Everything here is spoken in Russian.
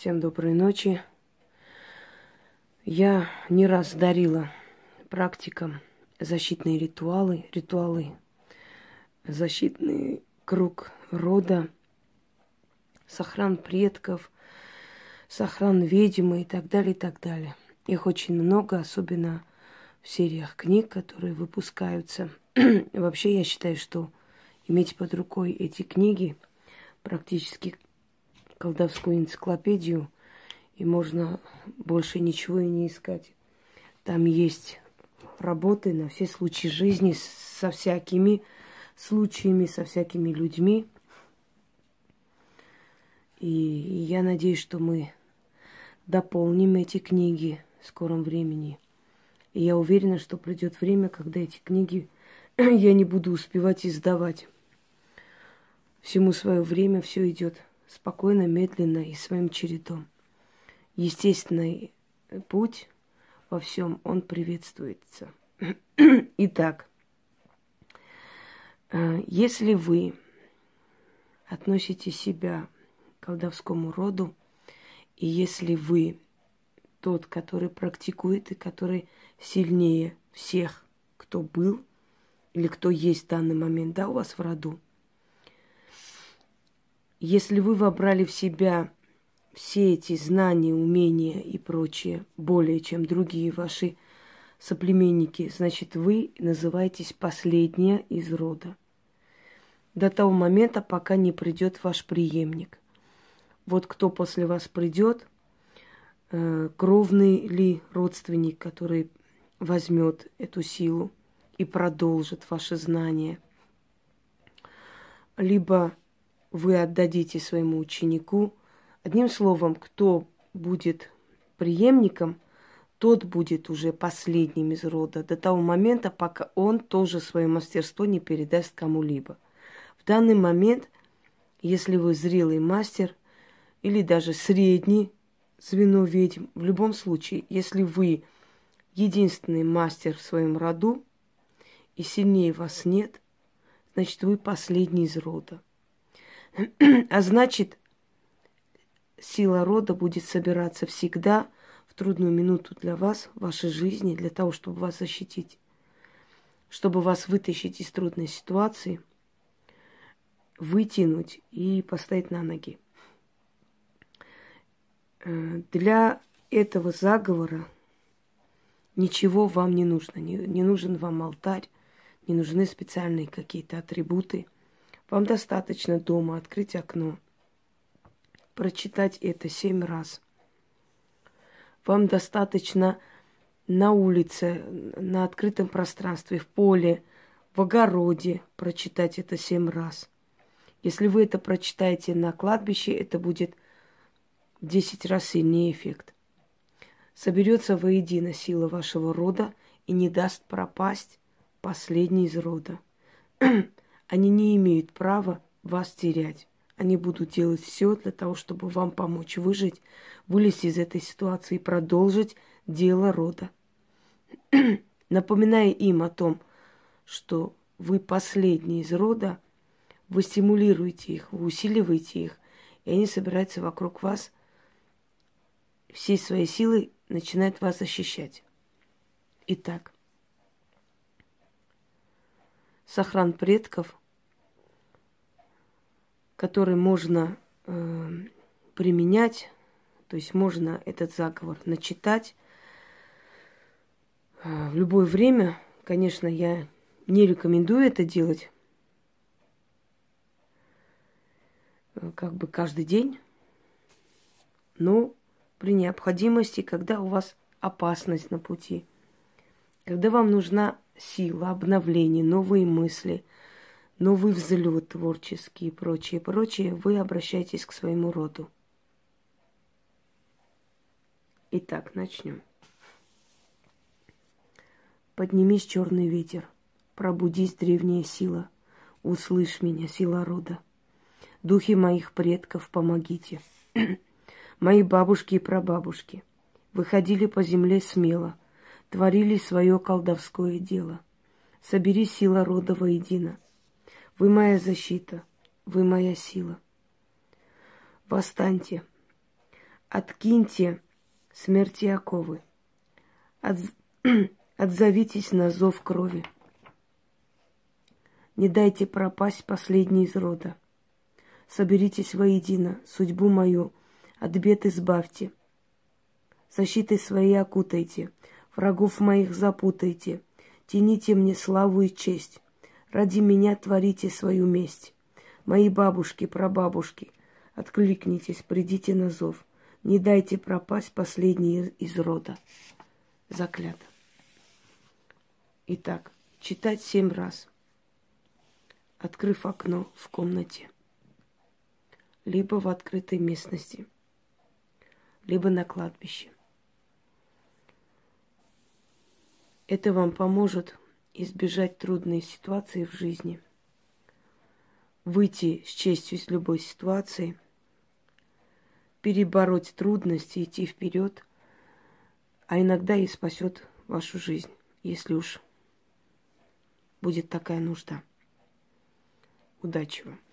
Всем доброй ночи. Я не раз дарила практикам защитные ритуалы, защитный круг рода, сохран предков, сохран ведьмы и так далее, и так далее. Их очень много, особенно в сериях книг, которые выпускаются. Вообще, я считаю, что иметь под рукой эти книги, практически колдовскую энциклопедию, и можно больше ничего и не искать. Там есть работы на все случаи жизни со всякими случаями, со всякими людьми. И я надеюсь, что мы дополним эти книги в скором времени. И я уверена, что придет время, когда эти книги я не буду успевать издавать. Всему свое время, все идет спокойно, медленно и своим чередом. Естественный путь во всем, он приветствуется. Итак, если вы относите себя к колдовскому роду, и если вы тот, который практикует и который сильнее всех, кто был или кто есть в данный момент, да, у вас в роду, если вы вобрали в себя все эти знания, умения и прочее более, чем другие ваши соплеменники, значит, вы называетесь последняя из рода. До того момента, пока не придет ваш преемник. Вот кто после вас придет, кровный ли родственник, который возьмет эту силу и продолжит ваши знания, либо вы отдадите своему ученику. Одним словом, кто будет преемником, тот будет уже последним из рода до того момента, пока он тоже свое мастерство не передаст кому-либо. В данный момент, если вы зрелый мастер или даже средний звено ведьм, в любом случае, если вы единственный мастер в своем роду и сильнее вас нет, значит, вы последний из рода. А значит, сила рода будет собираться всегда в трудную минуту для вас, в вашей жизни, для того, чтобы вас защитить, чтобы вас вытащить из трудной ситуации, вытянуть и поставить на ноги. Для этого заговора ничего вам не нужно. Не нужен вам алтарь, не нужны специальные какие-то атрибуты. Вам достаточно дома открыть окно, прочитать это 7 раз. Вам достаточно на улице, на открытом пространстве, в поле, в огороде прочитать это 7 раз. Если вы это прочитаете на кладбище, это будет в 10 раз сильнее эффект. Соберется воедино сила вашего рода и не даст пропасть последний из рода. Они не имеют права вас терять. Они будут делать все для того, чтобы вам помочь выжить, вылезти из этой ситуации и продолжить дело рода. Напоминая им о том, что вы последний из рода, вы стимулируете их, вы усиливаете их, и они собираются вокруг вас, всей своей силой начинают вас защищать. Итак, сохран предков, который можно применять, то есть можно этот заговор начитать в любое время. Конечно, я не рекомендую это делать как бы каждый день, но при необходимости, когда у вас опасность на пути, когда вам нужна сила, обновление, новые мысли, новый взлет творческий и прочее, вы обращаетесь к своему роду. Итак, начнем. Поднимись, черный ветер, пробудись, древняя сила, услышь меня, сила рода. Духи моих предков, помогите. Мои бабушки и прабабушки выходили по земле смело, творили свое колдовское дело. Собери, сила рода, воедино. Вы моя защита, вы моя сила. Восстаньте, Откиньте смерти оковы. Отзовитесь на зов крови. Не дайте пропасть последней из рода. Соберитесь воедино, судьбу мою от бед избавьте. Защитой своей окутайте, врагов моих запутайте. Тяните мне славу и честь. Ради меня творите свою месть. Мои бабушки, прабабушки, откликнитесь, придите на зов. Не дайте пропасть последней из рода. Заклято. Итак, читать 7 раз, открыв окно в комнате, либо в открытой местности, либо на кладбище. Это вам поможет избежать трудной ситуации в жизни, выйти с честью из любой ситуации, перебороть трудности, идти вперед, а иногда и спасет вашу жизнь, если уж будет такая нужда. Удачи вам!